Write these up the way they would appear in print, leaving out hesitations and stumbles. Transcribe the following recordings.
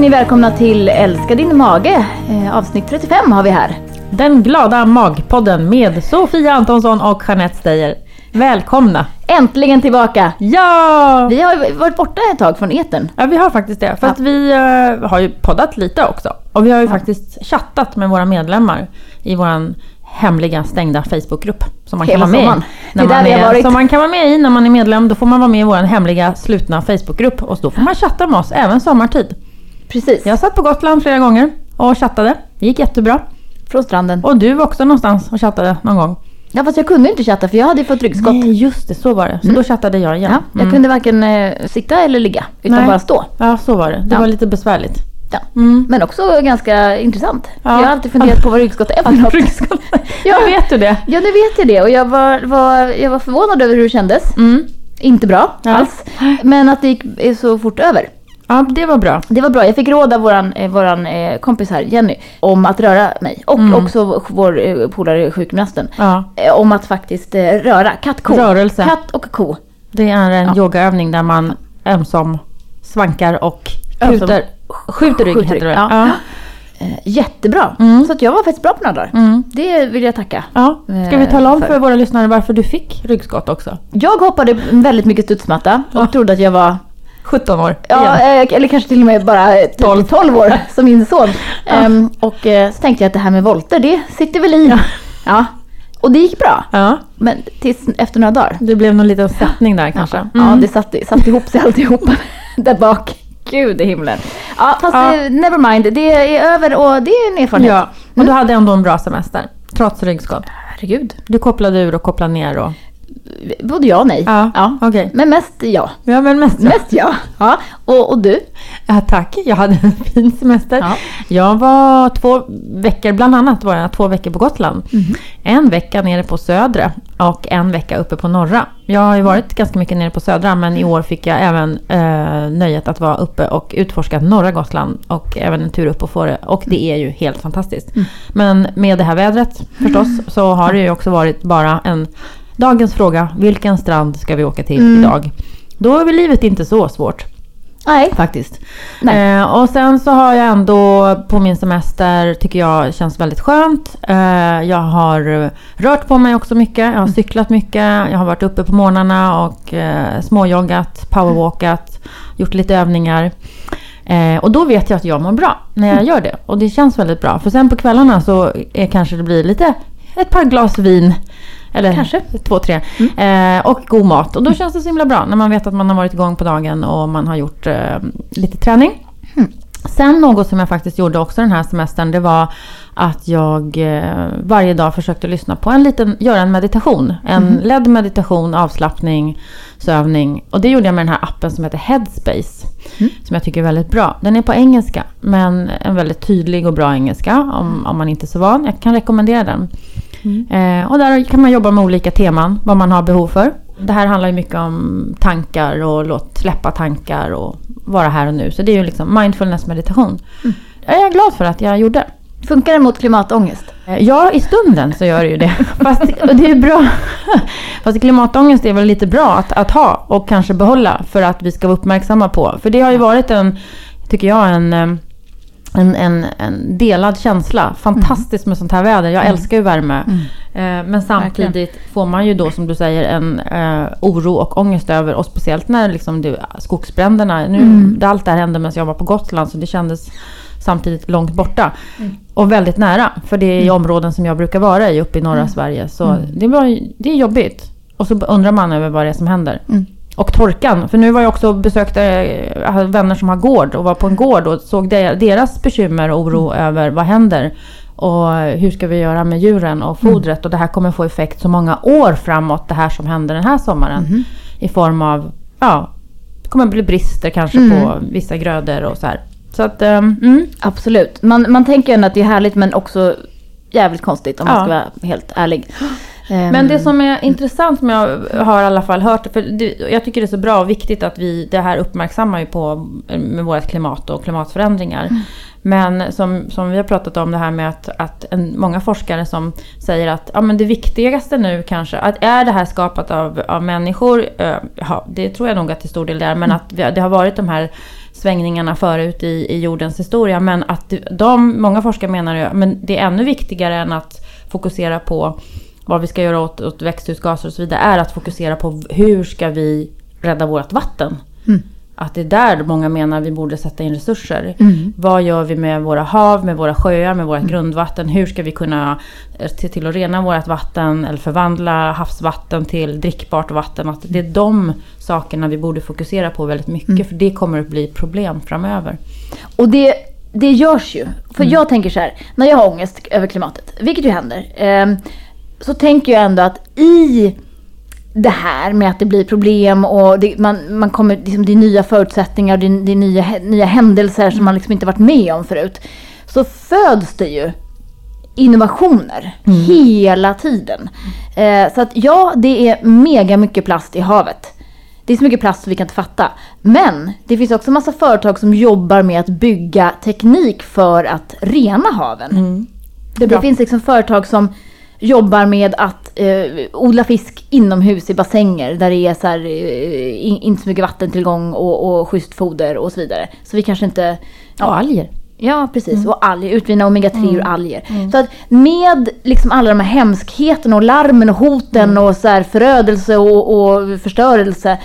ni välkomna till Älska din mage. Avsnitt 35 har vi här. Den glada magpodden med Sofia Antonsson och Jeanette Steyer. Välkomna! Äntligen tillbaka! Ja! Vi har varit borta ett tag från etern. Ja, vi har faktiskt det. För att vi har ju poddat lite också. Och vi har ju faktiskt chattat med våra medlemmar i våran hemliga stängda Facebookgrupp som man kan vara med i. Som man kan vara med i när man är medlem. Då får man vara med i vår hemliga slutna Facebookgrupp och då får man chatta med oss även sommartid. Precis. Jag satt på Gotland flera gånger och chattade. Det gick jättebra. Från stranden. Och du var också någonstans och chattade någon gång. Ja, fast jag kunde inte chatta för jag hade fått ryggskott. Nej, just det, så var det. Så då chattade jag igen. Ja, jag kunde varken sitta eller ligga utan bara stå. Ja, så var det. Det var lite besvärligt. Ja. Men också ganska intressant. Ja. Jag har alltid funderat på vad ryggskott är för något. Ja, vet du det? Ja, nu vet jag det. Och jag var förvånad över hur det kändes. Inte bra alls. Men att det gick så fort över. Ja, det var bra. Det var bra. Jag fick råda våran kompis här, Jenny, om att röra mig. Och också vår polare sjukgymnasten. Ja. Om att faktiskt röra katt-ko. Rörelse. Katt och ko. Det är en yogaövning där man ömsom svankar och skjuter rygg. Heter det. Ja. Jättebra. Så att jag var faktiskt bra på några dagar. Det vill jag tacka. Ja. Ska vi tala om för våra lyssnare varför du fick ryggskott också? Jag hoppade väldigt mycket studsmatta och trodde att jag var 17 år. Ja, eller kanske till och med bara 12 år som min son. Och så tänkte jag att det här med volter, det sitter väl i. Ja. Och det gick bra. Ja. Men tills efter några dagar. Det blev någon liten sättning där kanske. Ja, det satt ihop sig alltihopa där bak. Gud i himlen. Ja, fast never mind. Det är över och det är en erfarenhet. Ja, och du hade ändå en bra semester. Trots ryggskott. Herregud. Du kopplade ur och kopplade ner och... Både ja och nej. Ja. Okay. Men mest ja. Ja, men mest ja. Ja. Och du? Ja, tack. Jag hade en fin semester. Ja. Jag var 2 veckor, bland annat var jag 2 veckor på Gotland. En vecka nere på södra och en vecka uppe på norra. Jag har ju varit ganska mycket nere på södra, men i år fick jag även nöjet att vara uppe och utforska norra Gotland och även en tur upp och få det. Och det är ju helt fantastiskt. Men med det här vädret förstås så har det ju också varit bara en... Dagens fråga, vilken strand ska vi åka till idag? Då är väl livet inte så svårt. Nej. Faktiskt. Nej. Och sen så har jag ändå på min semester, tycker jag känns väldigt skönt. Jag har rört på mig också mycket. Jag har cyklat mycket. Jag har varit uppe på morgnarna och småjoggat, powerwalkat, gjort lite övningar. Och då vet jag att jag mår bra när jag gör det. Och det känns väldigt bra. För sen på kvällarna så kanske det blir lite ett par glas vin. Eller kanske 2-3. Och god mat. Och då känns det så himla bra när man vet att man har varit igång på dagen och man har gjort lite träning. Sen något som jag faktiskt gjorde också den här semestern, det var att jag varje dag försökte lyssna på göra en meditation. En ledd meditation, avslappning, sövning. Och det gjorde jag med den här appen som heter Headspace. Som jag tycker är väldigt bra. Den är på engelska, men en väldigt tydlig och bra engelska om man inte är så van. Jag kan rekommendera den. Och där kan man jobba med olika teman, vad man har behov för. Det här handlar ju mycket om tankar och släppa tankar och vara här och nu. Så det är ju liksom mindfulness meditation. Jag är glad för att jag gjorde. Funkar det mot klimatångest? Ja, i stunden så gör det ju det. Fast det är bra. Fast klimatångest är väl lite bra att ha och kanske behålla för att vi ska vara uppmärksamma på. För det har ju varit en delad känsla. Fantastiskt med sånt här väder. Jag älskar ju värme. Men samtidigt får man ju då, som du säger, en oro och ångest över. Och speciellt när liksom skogsbränderna. Allt det här hände medan jag var på Gotland. Så det kändes samtidigt långt borta. Och väldigt nära. För det är områden som jag brukar vara i uppe i norra Sverige. Så det är jobbigt. Och så undrar man över vad det är som händer. Och torkan. För nu var jag också besökte vänner som har gård och var på en gård och såg deras bekymmer och oro över vad händer. Och hur ska vi göra med djuren och fodret. Och det här kommer få effekt så många år framåt, det här som händer den här sommaren. I form av, det kommer bli brister kanske på vissa grödor och så här. Så att, absolut. Man tänker ändå att det är härligt men också jävligt konstigt om man ska vara helt ärlig. Men det som är intressant som jag har i alla fall hört, för jag tycker det är så bra och viktigt att vi det här uppmärksammar ju på med vårt klimat och klimatförändringar. Men som vi har pratat om det här med att många forskare som säger att men det viktigaste nu kanske att är det här skapat av människor, det tror jag nog att till stor del är, men att det har varit de här svängningarna förut i jordens historia. Men att många forskare menar ju, men det är ännu viktigare än att fokusera på vad vi ska göra åt växthusgaser och så vidare, är att fokusera på hur ska vi rädda vårt vatten. Att det är där många menar vi borde sätta in resurser. Vad gör vi med våra hav, med våra sjöar, med vårt grundvatten? Hur ska vi kunna se till att rena vårt vatten eller förvandla havsvatten till drickbart vatten? Att det är de sakerna vi borde fokusera på väldigt mycket, för det kommer att bli problem framöver. Och det görs ju. För jag tänker så här, när jag har ångest över klimatet, vilket ju händer, så tänker jag ändå att i det här med att det blir problem och man kommer, liksom, det är nya förutsättningar och det är nya händelser som man liksom inte varit med om förut, så föds det ju innovationer hela tiden. Så att det är mega mycket plast i havet. Det är så mycket plast som vi kan inte fatta. Men det finns också en massa företag som jobbar med att bygga teknik för att rena haven. Det finns liksom företag som jobbar med att odla fisk inomhus i bassänger där det är så här, inte så mycket vattentillgång och schysst foder och så vidare. Så vi kanske inte... Och alger. Ja, precis. Och alger, utvinna omega-3 ur alger. Så att med liksom alla de här hemskheterna och larmen och hoten och så här förödelse och förstörelse,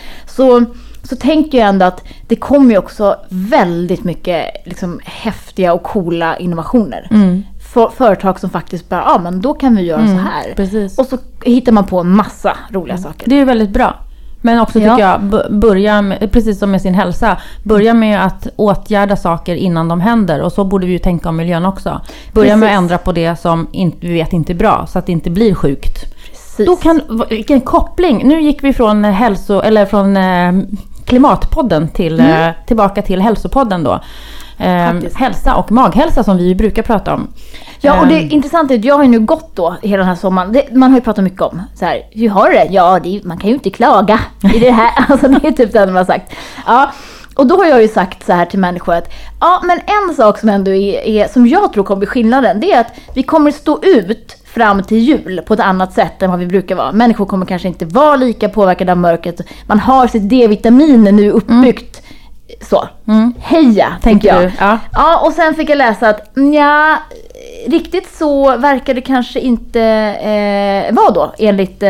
så tänker jag ändå att det kommer ju också väldigt mycket liksom häftiga och coola innovationer. Företag som faktiskt bara, men då kan vi göra så här. Precis. Och så hittar man på en massa roliga saker. Det är väldigt bra. Men också tycker jag, börja med, precis som med sin hälsa, börja med att åtgärda saker innan de händer. Och så borde vi ju tänka om miljön också. Börja med att ändra på det som vi vet inte är bra, så att det inte blir sjukt. Precis. Då vilken koppling. Nu gick vi från från klimatpodden tillbaka till hälsopodden då. Hälsa och maghälsa som vi brukar prata om. Ja, och det är intressant att jag har ju nu gått då hela den här sommaren. Man har ju pratat mycket om så här, hur har du det? Ja, man kan ju inte klaga i det här. Alltså det är typ det man har sagt. Ja, och då har jag ju sagt så här till människor att men en sak som ändå är som jag tror kommer bli skillnaden, det är att vi kommer stå ut fram till jul på ett annat sätt än vad vi brukar vara. Människor kommer kanske inte vara lika påverkade av mörkret. Man har sitt D-vitamin nu uppbyggt. Så, heja, tänker jag. Ja, och sen fick jag läsa att riktigt så verkar det kanske inte vara då, enligt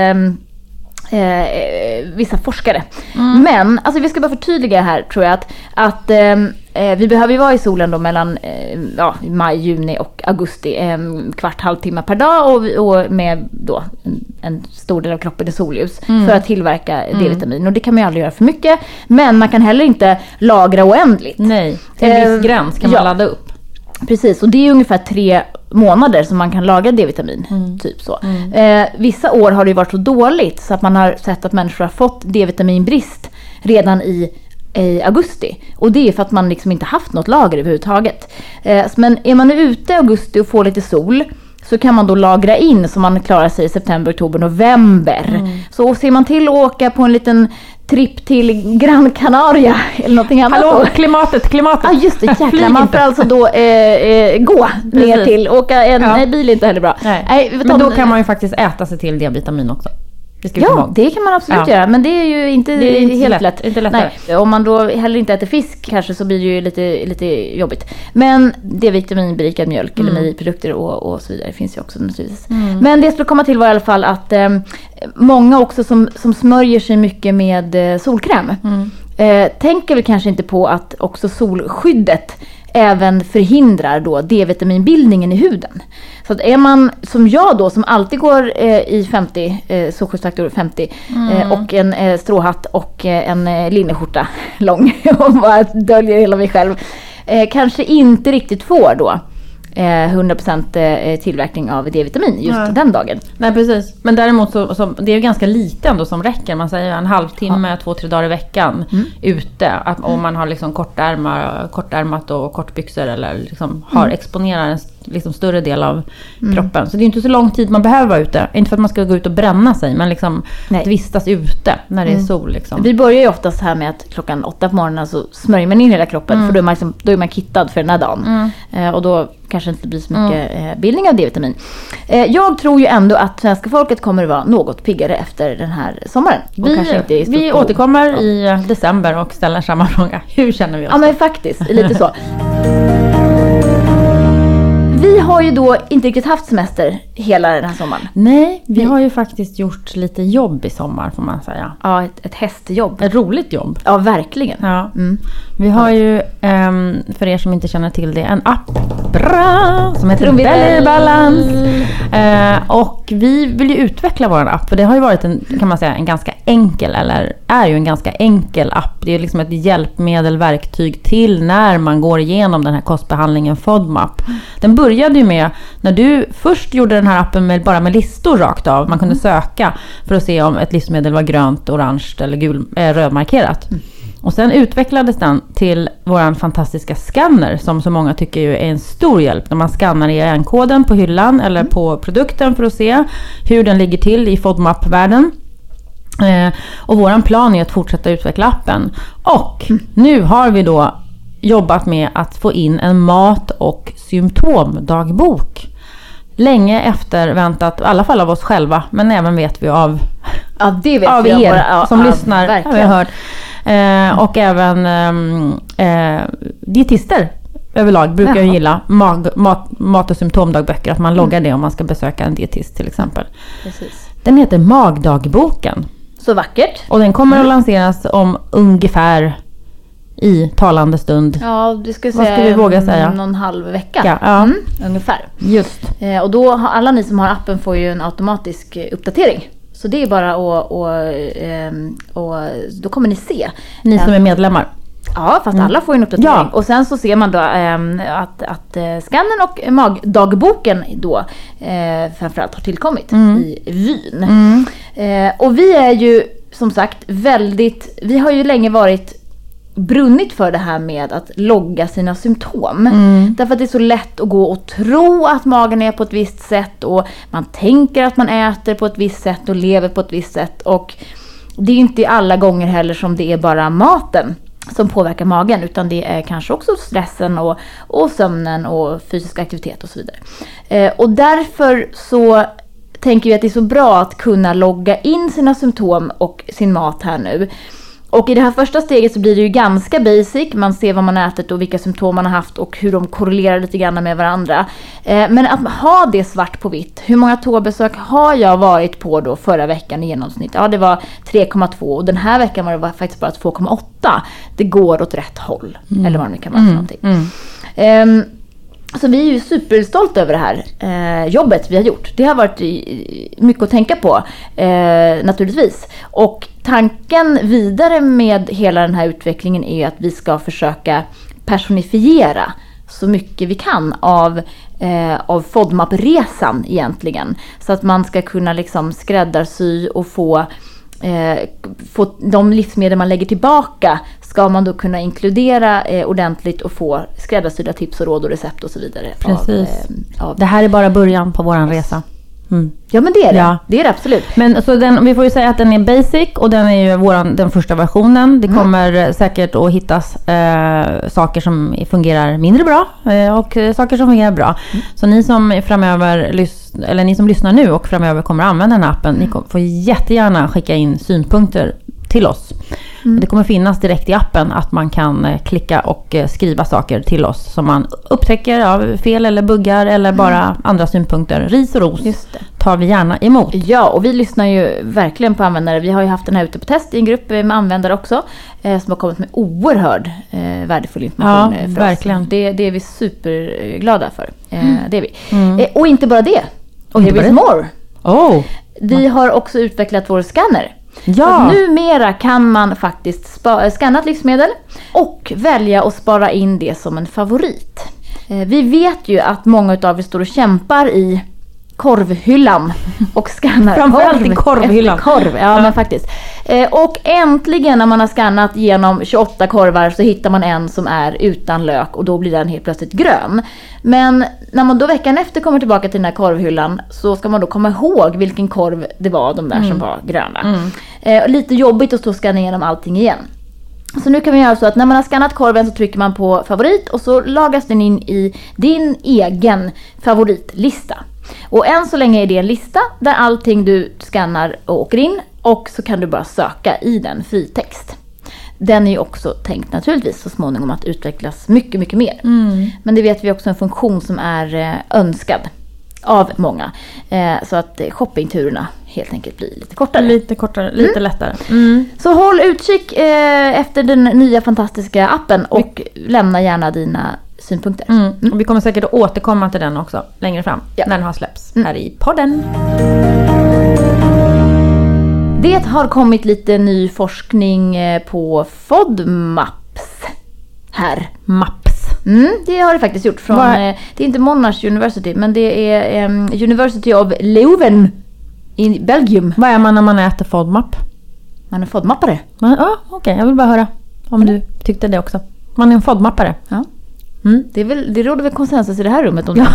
vissa forskare. Men, alltså vi ska bara förtydliga här, tror jag, att vi behöver ju vara i solen då mellan maj, juni och augusti, halvtimme per dag och med då en stor del av kroppen i solljus för att tillverka D-vitamin. Och det kan man ju aldrig göra för mycket, men man kan heller inte lagra oändligt. Nej, till en viss gräns kan man ladda upp. Precis, och det är ungefär 3 månader som man kan lagra D-vitamin, typ så. Vissa år har det ju varit så dåligt så att man har sett att människor har fått D-vitaminbrist redan i augusti. Och det är för att man liksom inte haft något lager överhuvudtaget. Men är man ute i augusti och får lite sol, så kan man då lagra in så man klarar sig i september, oktober, november. Så ser man till att åka på en liten tripp till Gran Canaria eller någonting annat. Hallå, klimatet. Ja, just det, jäklar. Man får alltså då gå ner till. Åka en bil är inte heller bra. Nej, men då kan man ju faktiskt äta sig till D-vitamin också. Det kan man absolut göra, men det är ju inte helt lätt. Inte lättare. Nej. Om man då heller inte äter fisk kanske, så blir det ju lite jobbigt. Men D-vitaminberikad mjölk eller mejeriprodukter och så vidare finns ju också naturligtvis. Men det jag skulle komma till var i alla fall att många också som smörjer sig mycket med solkräm tänker väl kanske inte på att också solskyddet även förhindrar då D-vitaminbildningen i huden. Så att är man som jag då, som alltid går i 50 solskyddsfaktor 50 och en stråhatt och en linneskjorta lång och bara döljer hela mig själv, kanske inte riktigt får då 100% tillverkning av D-vitamin just den dagen. Nej, precis. Men däremot så det är ju ganska lite ändå som räcker. Man säger en halvtimme, 2-3 dagar i veckan ute. Om man har liksom kortärmat och kortbyxor eller liksom har exponerar liksom större del av kroppen. Så det är inte så lång tid man behöver vara ute. Inte för att man ska gå ut och bränna sig, men liksom att vistas ute när det är sol. Liksom. Vi börjar ju oftast här med att 8:00 på morgonen så smörjer man in hela kroppen. För då är man kittad för den här dagen. Och då kanske inte blir så mycket bildning av D-vitamin. Jag tror ju ändå att svenska folket kommer att vara något piggare efter den här sommaren. Vi återkommer i december och ställer samma fråga. Hur känner vi oss? Ja, men faktiskt. Lite så. Vi har ju då inte riktigt haft semester hela den här sommaren. Nej, vi har ju faktiskt gjort lite jobb i sommar, får man säga. Ja, ett hästjobb. Ett roligt jobb. Ja, verkligen. Ja. Vi har ju, för er som inte känner till det, en app som heter Belly Balance. Och vi vill ju utveckla vår app. För det har ju varit kan man säga, en ganska enkel, eller är ju en ganska enkel app. Det är liksom ett hjälpmedel, verktyg till när man går igenom den här kostbehandlingen FODMAP. Den började ju med, när du först gjorde den här appen bara med listor rakt av. Man kunde söka för att se om ett livsmedel var grönt, orange eller rödmarkerat. Och sen utvecklades den till våran fantastiska scanner som så många tycker ju är en stor hjälp. När man scannar EAN-koden på hyllan eller på produkten för att se hur den ligger till i FODMAP-världen. Och våran plan är att fortsätta utveckla appen. Och nu har vi då jobbat med att få in en mat- och symptomdagbok. Länge efterväntat, i alla fall av oss själva, men även vet vi av er som lyssnar. Verkligen. Har vi hört. Och även dietister överlag brukar ju gilla mat- och symptomdagböcker, att man loggar det om man ska besöka en dietist till exempel. Precis. Den heter Magdagboken. Så vackert. Och den kommer att lanseras om ungefär i talande stund. Ja, du ska Vad ska vi våga säga? Någon halv vecka. Ja. Ungefär. Just. Och då har alla ni som har appen får ju en automatisk uppdatering. Så det är bara och då kommer ni se. Ni som är medlemmar. Ja, fast alla får en uppdatering. Ja. Och sen så ser man då att skannen och magdagboken då framförallt har tillkommit i vyn. Och vi är ju som sagt vi har ju länge varit brunnit för det här med att logga sina symptom. Därför att det är så lätt att gå och tro att magen är på ett visst sätt och man tänker att man äter på ett visst sätt och lever på ett visst sätt, och det är ju inte alla gånger heller som det är bara maten som påverkar magen, utan det är kanske också stressen och sömnen och fysisk aktivitet och så vidare. Och därför så tänker vi att det är så bra att kunna logga in sina symptom och sin mat här nu. Och i det här första steget så blir det ju ganska basic. Man ser vad man ätit och vilka symptom man har haft och hur de korrelerar lite grann med varandra. Men att ha det svart på vitt. Hur många toabesök har jag varit på då förra veckan i genomsnitt? Ja, det var 3,2 och den här veckan var det faktiskt bara 2,8. Det går åt rätt håll. Eller vad det kan vara för någonting. Så vi är ju superstolta över det här jobbet vi har gjort. Det har varit mycket att tänka på naturligtvis. Och tanken vidare med hela den här utvecklingen är att vi ska försöka personifiera så mycket vi kan av FODMAP-resan egentligen. Så att man ska kunna liksom skräddarsy och få de livsmedel man lägger tillbaka ska man då kunna inkludera ordentligt och få skräddarsydda tips och råd och recept och så vidare. Precis. Det här är bara början på våran resa. Ja, men det är det. Ja. Det är det absolut. Men så vi får ju säga att den är basic och den är ju den första versionen. Det kommer säkert att hittas saker som fungerar mindre bra och saker som fungerar bra. Så ni som framöver ni som lyssnar nu och framöver kommer att använda den här appen, ni får jättegärna skicka in synpunkter till oss. Det kommer finnas direkt i appen att man kan klicka och skriva saker till oss som man upptäcker av fel eller buggar eller bara andra synpunkter. Ris och ros tar vi gärna emot. Ja, och vi lyssnar ju verkligen på användare. Vi har ju haft den här ute på test i en grupp med användare också som har kommit med oerhörd värdefull information för verkligen. oss. Det är vi superglada för. Det är vi. Och inte bara det. Och there is more. Vi har också utvecklat vår scanner. Ja. Numera kan man faktiskt scanna ett livsmedel och välja att spara in det som en favorit. Vi vet ju att många av er står och kämpar i korvhyllan och skannar framförallt i korvhyllan. Korv, ja men faktiskt. Och äntligen när man har skannat genom 28 korvar så hittar man en som är utan lök och då blir den helt plötsligt grön. Men när man då veckan efter kommer tillbaka till den här korvhyllan så ska man då komma ihåg vilken korv det var de där som var gröna. Lite jobbigt att stå och skanna igenom allting igen. Så nu kan vi göra så att när man har skannat korven så trycker man på favorit och så lagas den in i din egen favoritlista. Och än så länge är det en lista där allting du skannar åker in och så kan du bara söka i den fritext. Den är ju också tänkt naturligtvis så småningom att utvecklas mycket, mycket mer. Men det vet vi också en funktion som är önskad av många. Så att shoppingturerna helt enkelt blir lite kortare. Lite lättare. Så håll utkik efter den nya fantastiska appen och lämna gärna dina synpunkter. Och vi kommer säkert att återkomma till den också längre fram när den har släppts här i podden. Det har kommit lite ny forskning på FODMAPs här. MAPS. Det har det faktiskt gjort från, det är inte Monash University men det är University of Leuven i Belgium. Vad är man när man äter FODMAP? Man är FODMAPare. Okej, jag vill bara höra om du tyckte det också. Man är en FODMAPare. Ja. Det råder väl konsensus i det här rummet om det.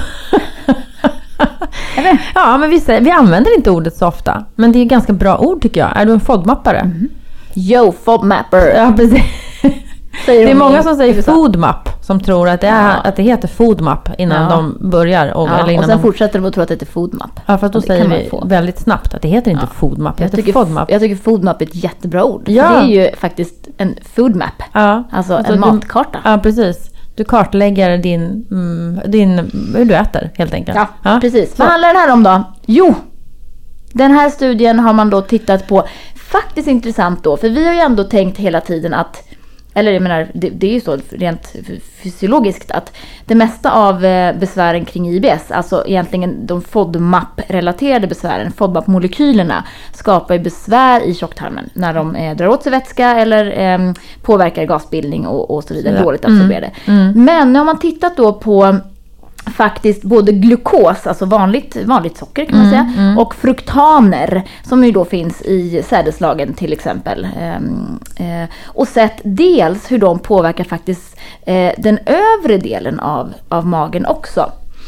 Ja, men vi använder inte ordet så ofta. Men det är ett ganska bra ord tycker jag. Är du en FODMAPare? Yo, FODMAPper. Ja, precis. Det är många som säger FODMAP som tror att det heter FODMAP innan de börjar. Eller innan och sen fortsätter de att tro att det heter FODMAP. Ja, för att då säger vi väldigt snabbt att det heter inte FODMAP. Jag tycker FODMAP är ett jättebra ord. Ja. För det är ju faktiskt en foodmap. Ja. Alltså en matkarta. Ja, precis. Du kartlägger din hur du äter helt enkelt. Ja, precis. Vad handlar den här om då? Jo, den här studien har man då tittat på. Faktiskt intressant då, för vi har ju ändå tänkt hela tiden att, eller jag menar, det är ju så rent fysiologiskt att det mesta av besvären kring IBS, alltså egentligen de FODMAP-relaterade besvären, FODMAP-molekylerna skapar ju besvär i tjocktarmen när de drar åt sig vätska eller påverkar gasbildning och så vidare, dåligt absorberade. Men när man tittat då på faktiskt både glukos, alltså vanligt socker kan man säga, och fruktaner som ju då finns i sädeslagen till exempel. Och sett dels hur de påverkar faktiskt den övre delen av magen också.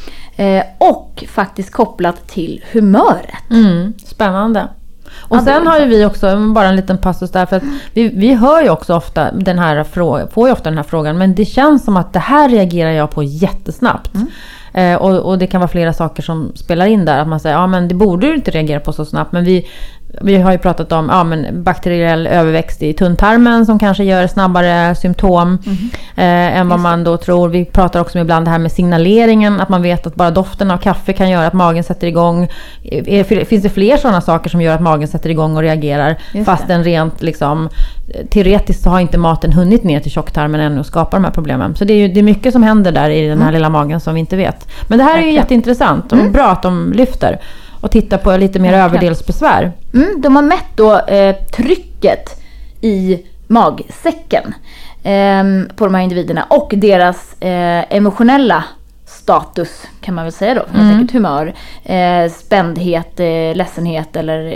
Och faktiskt kopplat till humöret. Spännande. Och sen har ju vi också, bara en liten passus där, för att vi hör ju också ofta får ju ofta den här frågan, men det känns som att det här reagerar jag på jättesnabbt. Och det kan vara flera saker som spelar in där, att man säger, ja men det borde du inte reagera på så snabbt, men vi har ju pratat om men bakteriell överväxt i tunntarmen som kanske gör snabbare symptom än vad man då tror. Vi pratar också ibland det här med signaleringen, att man vet att bara doften av kaffe kan göra att magen sätter igång. Finns det fler sådana saker som gör att magen sätter igång och reagerar? Fast den rent liksom, teoretiskt så har inte maten hunnit ner till tjocktarmen ännu och skapar de här problemen. Så det är mycket som händer där i den här lilla magen som vi inte vet. Men det här är ju jätteintressant och bra att de lyfter och titta på lite mer överdelsbesvär. De har mätt då trycket i magsäcken på de här individerna och deras emotionella status kan man väl säga då. Helt enkelt humör, spändhet, ledsenhet eller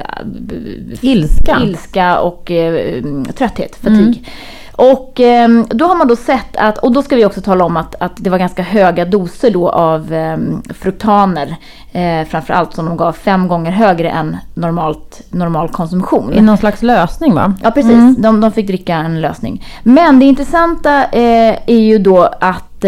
ilska och trötthet, fatigue. Och då har man då sett att, och då ska vi också tala om att det var ganska höga doser då av fruktaner, framförallt som de gav 5 gånger högre än normal konsumtion. I någon slags lösning va? Ja precis, de fick dricka en lösning. Men det intressanta är ju då att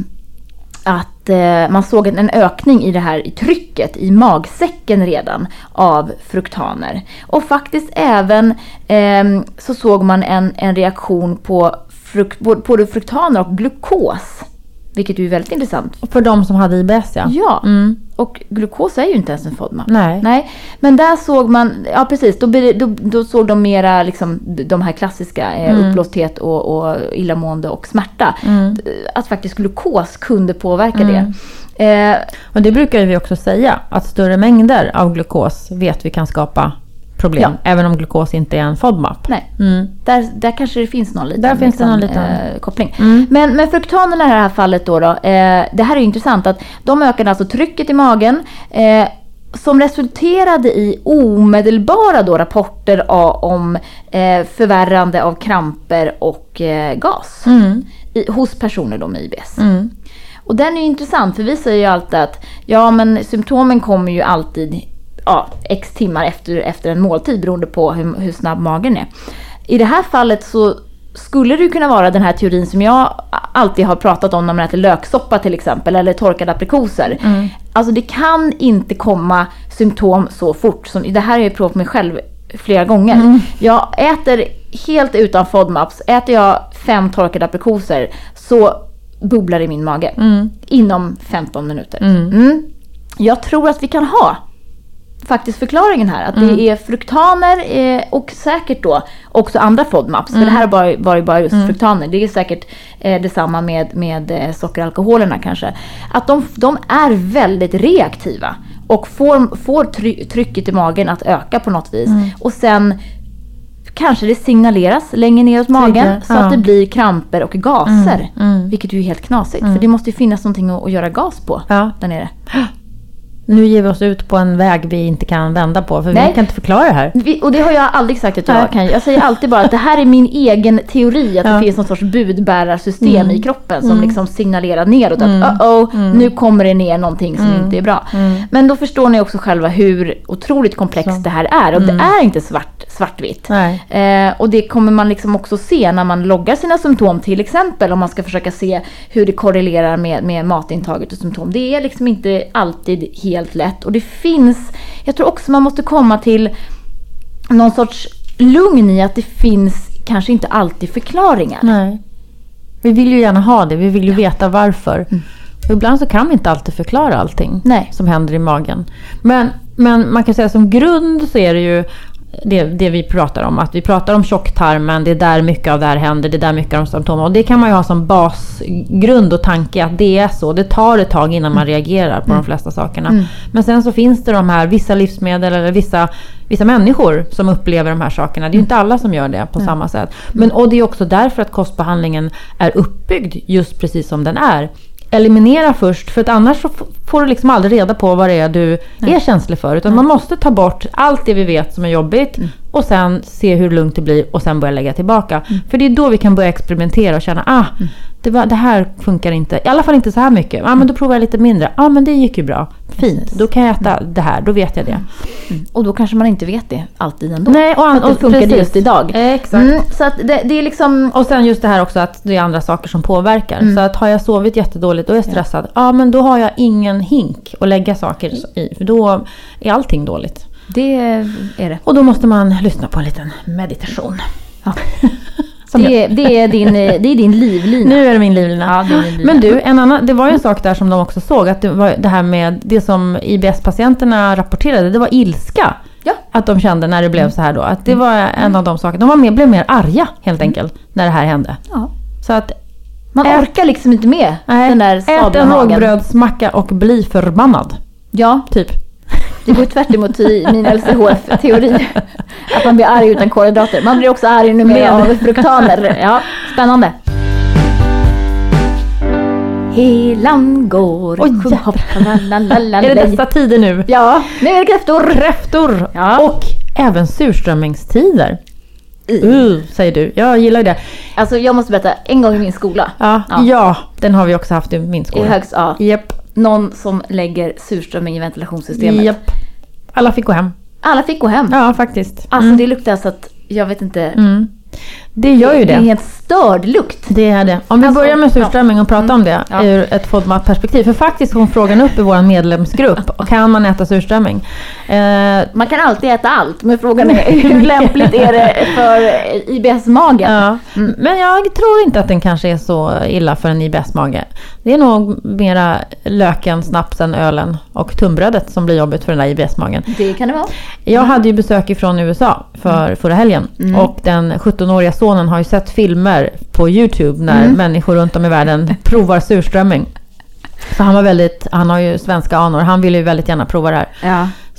man såg en ökning i det här i trycket i magsäcken redan av fruktaner. Och faktiskt även så såg man en reaktion på både fruktaner och glukos. Vilket är ju väldigt intressant. Och för de som hade IBS, ja. Ja, och glukos är ju inte ens en FODMAP. Nej. Men där såg man, ja precis, då såg de mera liksom, de här klassiska uppblåsthet och illamående och smärta. Att faktiskt glukos kunde påverka det. Och det brukar vi också säga, att större mängder av glukos vet vi kan skapa problem. Även om glukos inte är en FODMAP. Nej, där kanske det finns någon liten, där finns det någon liten koppling. Men fruktanerna i det här fallet då, det här är intressant att de ökade alltså trycket i magen som resulterade i omedelbara då rapporter om förvärrande av kramper och gas hos personer då med IBS. Och den är ju intressant, för vi säger ju alltid att men symptomen kommer ju alltid x timmar efter en måltid beroende på hur snabb magen är. I det här fallet så skulle det kunna vara den här teorin som jag alltid har pratat om när man äter löksoppa till exempel, eller torkade aprikoser. Alltså det kan inte komma symptom så fort. Det här har jag provat mig själv flera gånger. Jag äter helt utan FODMAPs. Äter jag 5 torkade aprikoser så bubblar i min mage inom 15 minuter. Jag tror att vi kan ha faktiskt förklaringen här. Att det är fruktaner och säkert då också andra FODMAPs. För det här var ju bara just fruktaner. Det är säkert detsamma med sockeralkoholerna kanske. Att de är väldigt reaktiva och får trycket i magen att öka på något vis. Och sen kanske det signaleras längre ner åt magen så att det blir kramper och gaser. Vilket ju är helt knasigt. För det måste ju finnas någonting att göra gas på där nere. Nu ger vi oss ut på en väg vi inte kan vända på. För vi kan inte förklara det här. Och det har jag aldrig sagt att jag kan. Jag säger alltid bara att det här är min egen teori. Att det finns någon sorts budbärarsystem i kroppen som liksom signalerar neråt. Att nu kommer det ner någonting som inte är bra. Men då förstår ni också själva hur otroligt komplext det här är. Och det är inte svartvitt. Och det kommer man liksom också se när man loggar sina symptom. Till exempel om man ska försöka se hur det korrelerar med matintaget och symptom. Det är liksom inte alltid helt lätt. Och det finns, jag tror också man måste komma till någon sorts lugn i att det finns kanske inte alltid förklaringar. Nej. Vi vill ju gärna ha det. Vi vill ju veta varför. Och ibland så kan vi inte alltid förklara allting som händer i magen. Men man kan säga som grund så är det ju det vi pratar om. Att vi pratar om tjocktarmen, det är där mycket av det här händer, det är där mycket av de symptomen. Och det kan man ju ha som basgrund och tanke att det är så. Det tar ett tag innan man reagerar på de flesta sakerna. Men sen så finns det de här vissa livsmedel eller vissa människor som upplever de här sakerna. Det är ju inte alla som gör det på samma sätt. Och det är också därför att kostbehandlingen är uppbyggd just precis som den är. Eliminera först, för att annars så får du liksom aldrig reda på vad det är du är känslig för. Utan man måste ta bort allt det vi vet som är jobbigt och sen se hur lugnt det blir och sen börja lägga tillbaka. För det är då vi kan börja experimentera och känna, det här funkar inte. I alla fall inte så här mycket. Men då provar jag lite mindre. Men det gick ju bra. Fint. Då kan jag äta det här. Då vet jag det. Och då kanske man inte vet det alltid ändå. Nej, och det funkar det just idag. Exakt. Så att det är liksom... Och sen just det här också att det är andra saker som påverkar. Så att har jag sovit jättedåligt och är stressad. Men då har jag ingen hink att lägga saker i. För då är allting dåligt. Det är det. Och då måste man lyssna på en liten meditation. Ja. Det är din livlina. Nu är det min livlina. Ja, det är min livlina. Men du, det var ju en sak där som de också såg. Att det var det här med det som IBS-patienterna rapporterade. Det var ilska. Ja. Att de kände när det blev så här då. Att det var en av de sakerna. Blev mer arga helt enkelt när det här hände. Ja. Så att man orkar liksom inte med den där sabla ät en rågbrödsmacka och bli förbannad. Ja. Typ. Det går tvärt emot min LCHF-teori. Att man blir arg utan kolhydrater. Man blir också arg numera av fruktaner. Ja, spännande. Helan går. Är det dessa tider nu? Ja, nu är det kräftor. Ja. Och även surströmmingstider. Säger du. Jag gillar det. Alltså jag måste berätta, en gång i min skola. Ja, den har vi också haft i min skola. I högst, Japp. Någon som lägger surströmming i ventilationssystemet. Japp. Alla fick gå hem. Ja, faktiskt. Alltså det luktar så att jag vet inte. Det gör ju det. Det är en helt störd lukt. Det är det. Om vi börjar med surströmming och prata om det ur ett FODMAP-perspektiv. För faktiskt kom frågan upp i vår medlemsgrupp. Kan man äta surströmming? Man kan alltid äta allt. Men frågan är hur lämpligt är det för IBS-magen? Ja. Men jag tror inte att den kanske är så illa för en IBS-mage. Det är nog mera löken, snapsen, ölen och tunnbrödet som blir jobbigt för den där IBS-magen. Det kan det vara. Jag hade ju besök från USA förra helgen. Och den 17-åriga sonen har ju sett filmer på YouTube när människor runt om i världen provar surströmming. Så han har ju svenska anor. Han ville ju väldigt gärna prova det här. Ja.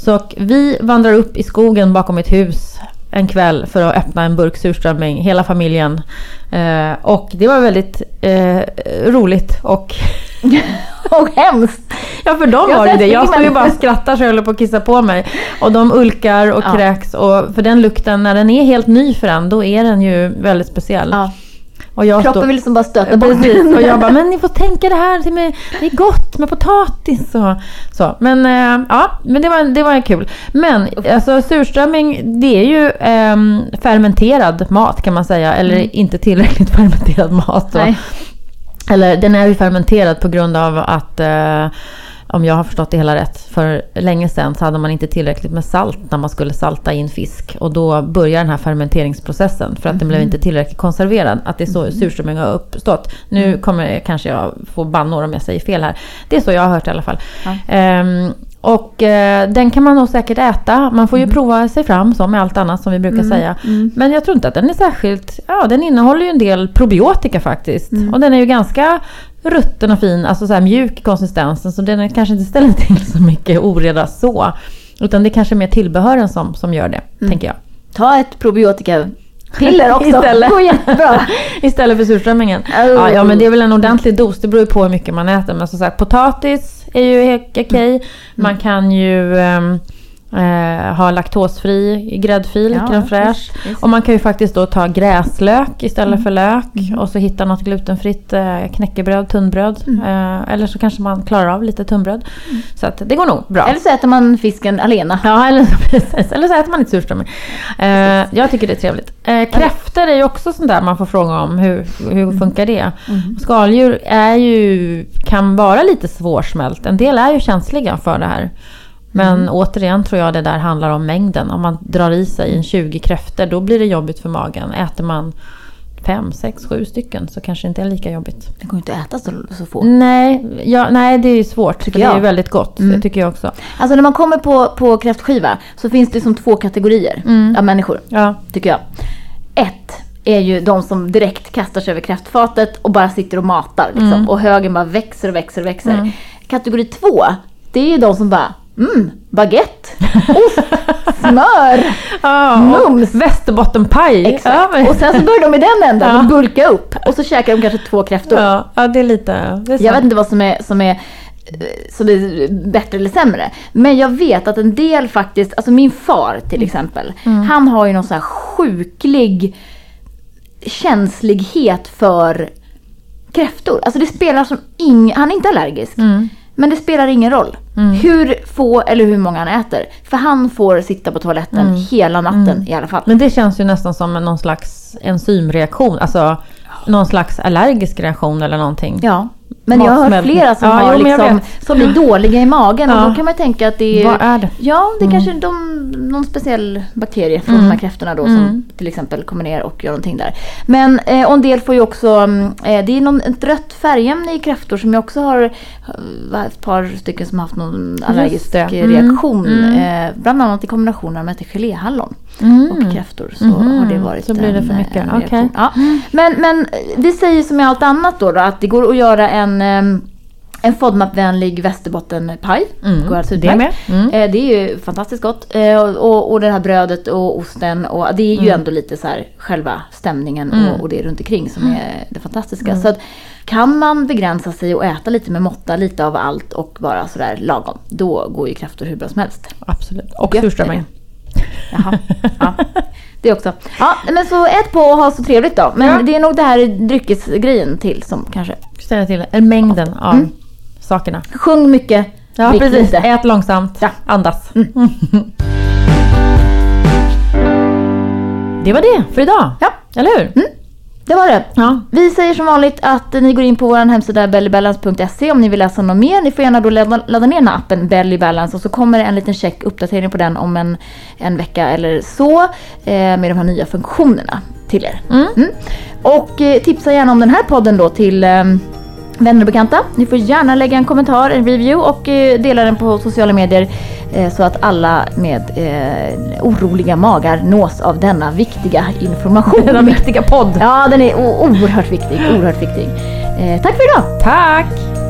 Så vi vandrar upp i skogen bakom ett hus en kväll för att öppna en burk surströmming, hela familjen. Och det var väldigt roligt och och hemskt. Ja, för dem var det. Jag stod ju bara och skrattar så jag håller på att kissa på mig. Och de ulkar och kräks. Och för den lukten, när den är helt ny för en, då är den ju väldigt speciell. Ja. Och jag kroppen vill liksom bara stöta bort. Och jag bara, men ni får tänka det här. Det är gott med potatis och så. Men men det var kul. Men alltså surströmming, det är ju fermenterad mat kan man säga. Eller inte tillräckligt fermenterad mat. Nej. Eller den är ju fermenterad på grund av att om jag har förstått det hela rätt, för länge sedan så hade man inte tillräckligt med salt när man skulle salta in fisk. Och då börjar den här fermenteringsprocessen för att den blev inte tillräckligt konserverad. Att det är så surströmming har uppstått. Nu kommer kanske jag få bannor om jag säger fel här. Det är så jag har hört i alla fall. Och den kan man nog säkert äta. Man får ju prova sig fram som med allt annat som vi brukar säga. Men jag tror inte att den är särskilt... Ja, den innehåller ju en del probiotika faktiskt. Och den är ju ganska rutten och fin. Alltså så här mjuk i konsistensen. Så den kanske inte ställer till så mycket oreda så. Utan det är kanske mer tillbehören som gör det, tänker jag. Ta ett probiotika-piller också. Istället. Jättebra. Istället för surströmmingen. Ja, men det är väl en ordentlig dos. Det beror ju på hur mycket man äter. Men som sagt, potatis är ju helt okej. Man kan ju ha laktosfri gräddfil, crème fraîche. Och man kan ju faktiskt då ta gräslök istället för lök. Och så hitta något glutenfritt knäckebröd, tunnbröd. Eller så kanske man klarar av lite tunnbröd. Så att det går nog bra. Eller så äter man fisken alena. Ja, eller så äter man inte surströmming. Jag tycker det är trevligt. Kräftor är ju också sånt där man får fråga om. Hur funkar det? Skaldjur kan vara lite svårsmält. En del är ju känsliga för det här. Men återigen tror jag det där handlar om mängden. Om man drar i sig en 20 kräftor, då blir det jobbigt för magen. Äter man 5, 6, 7 stycken så kanske det inte är lika jobbigt. Det går inte att äta så få. Nej, det är ju svårt. För det är ju väldigt gott, det tycker jag också. Alltså när man kommer på kräftskiva så finns det som 2 kategorier av människor, tycker jag. 1 är ju de som direkt kastar sig över kräftfatet och bara sitter och matar. Liksom, och högen bara växer och växer och växer. Kategori 2, det är ju de som bara baguette, ost, smör, mums, västerbottenpaj. Exakt. Och sen så börjar de i den änden och burka upp. Och så käkar de kanske 2 kräftor. Ja, det är lite... Det är jag vet inte vad som är bättre eller sämre. Men jag vet att en del faktiskt... Alltså min far till exempel. Han har ju någon så här sjuklig känslighet för kräftor. Alltså det spelar som han är inte allergisk. Men det spelar ingen roll hur få eller hur många han äter. För han får sitta på toaletten hela natten i alla fall. Men det känns ju nästan som någon slags enzymreaktion. Alltså någon slags allergisk reaktion eller någonting. Ja, men jag har hört flera som som blir dåliga i magen. Och då kan man tänka att det är... Vad är det? Ja, det är kanske någon speciell bakterie från de här kräftorna då som till exempel kommer ner och gör någonting där. Men och en del får ju också... det är ett rött färgämne i kräftor som jag också har ett par stycken som har haft någon allergisk reaktion. Bland annat i kombination med ett geléhallon och kräftor så har det varit så blir det för mycket. Okay. Ja. Men det säger som med allt annat då att det går att göra en FODMAP-vänlig västerbottenpaj. Går alltså det med. Det är ju fantastiskt gott. Och det här brödet och osten. Och det är ju ändå lite så här själva stämningen och det runt omkring som är det fantastiska. Så att kan man begränsa sig och äta lite med måtta, lite av allt och bara sådär lagom, då går ju kräftor hur bra som helst. Absolut. Och surströmming. Jaha, ja. Det också. Ja, men så ät på och ha så trevligt då. Men det är nog det här dryckesgrejen till som kanske... Ställa till mängden av sakerna. Sjung mycket. Ja, precis. Lite. Ät långsamt. Ja. Andas. Det var det för idag. Ja. Eller hur? Det var det. Ja. Vi säger som vanligt att ni går in på vår hemsida bellybalance.se om ni vill läsa något mer. Ni får gärna då ladda ner den här appen Belly Balance och så kommer det en liten check uppdatering på den om en vecka eller så med de här nya funktionerna till er. Och tipsa gärna om den här podden då till vänner och bekanta. Ni får gärna lägga en kommentar, en review och dela den på sociala medier så att alla med oroliga magar nås av denna viktiga information. Denna viktiga podd. Ja, den är oerhört viktig. Tack för idag. Tack.